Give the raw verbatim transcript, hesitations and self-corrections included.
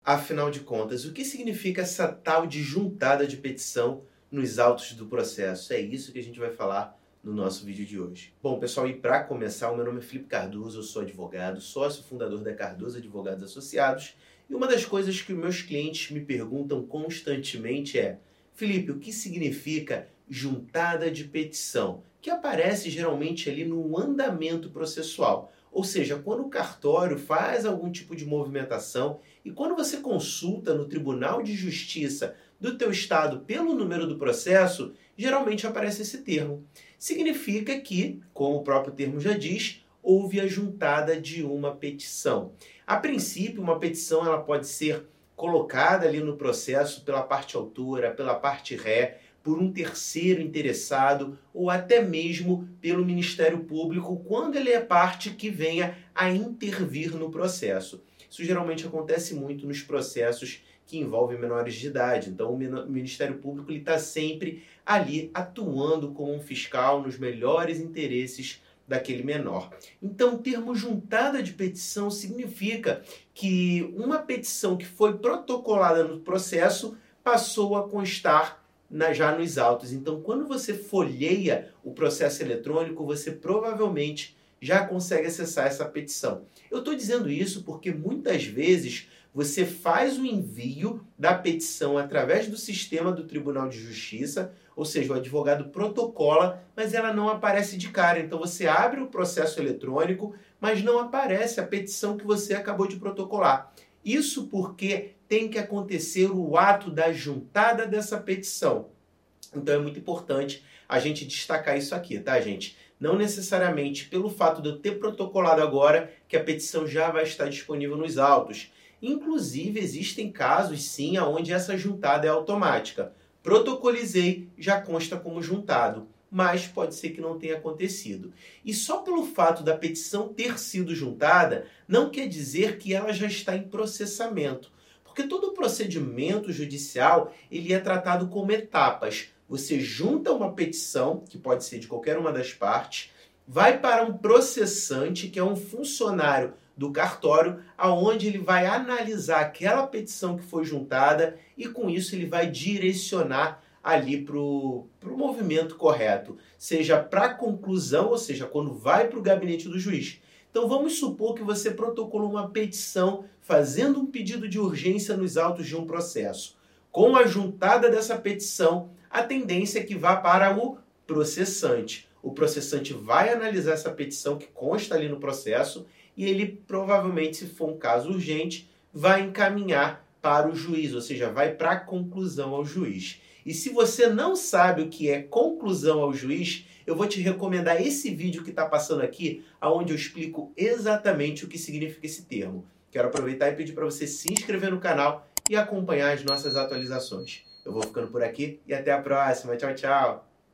Afinal de contas, o que significa essa tal de juntada de petição nos autos do processo? É isso que a gente vai falar no nosso vídeo de hoje. Bom, pessoal, e para começar, o meu nome é Felipe Cardoso, eu sou advogado, sócio fundador da Cardoso Advogados Associados, e uma das coisas que meus clientes me perguntam constantemente é: Felipe, o que significa juntada de petição? Que aparece geralmente ali no andamento processual. Ou seja, quando o cartório faz algum tipo de movimentação e quando você consulta no Tribunal de Justiça do teu estado pelo número do processo, geralmente aparece esse termo. Significa que, como o próprio termo já diz, houve a juntada de uma petição. A princípio, uma petição ela pode ser colocada ali no processo pela parte autora, pela parte ré, por um terceiro interessado ou até mesmo pelo Ministério Público, quando ele é parte que venha a intervir no processo. Isso geralmente acontece muito nos processos que envolvem menores de idade. Então, o Ministério Público está sempre ali atuando como um fiscal nos melhores interesses daquele menor. Então, o termo juntada de petição significa que uma petição que foi protocolada no processo passou a constar Na, já nos autos. Então, quando você folheia o processo eletrônico, você provavelmente já consegue acessar essa petição. Eu estou dizendo isso porque muitas vezes você faz o envio da petição através do sistema do Tribunal de Justiça, ou seja, o advogado protocola, mas ela não aparece de cara. Então, você abre o processo eletrônico, mas não aparece a petição que você acabou de protocolar. Isso porque tem que acontecer o ato da juntada dessa petição. Então é muito importante a gente destacar isso aqui, tá, gente? Não necessariamente pelo fato de eu ter protocolado agora que a petição já vai estar disponível nos autos. Inclusive, existem casos, sim, onde essa juntada é automática. Protocolizei, já consta como juntado, mas pode ser que não tenha acontecido. E só pelo fato da petição ter sido juntada, não quer dizer que ela já está em processamento. Porque todo o procedimento judicial ele é tratado como etapas. Você junta uma petição, que pode ser de qualquer uma das partes, vai para um processante, que é um funcionário do cartório, aonde ele vai analisar aquela petição que foi juntada e com isso ele vai direcionar ali para o movimento correto, seja para a conclusão, ou seja, quando vai para o gabinete do juiz. Então vamos supor que você protocolou uma petição fazendo um pedido de urgência nos autos de um processo. Com a juntada dessa petição, a tendência é que vá para o processante. O processante vai analisar essa petição que consta ali no processo e ele provavelmente, se for um caso urgente, vai encaminhar para o juiz, ou seja, vai para a conclusão ao juiz. E se você não sabe o que é conclusão ao juiz, eu vou te recomendar esse vídeo que está passando aqui, onde eu explico exatamente o que significa esse termo. Quero aproveitar e pedir para você se inscrever no canal e acompanhar as nossas atualizações. Eu vou ficando por aqui e até a próxima. Tchau, tchau!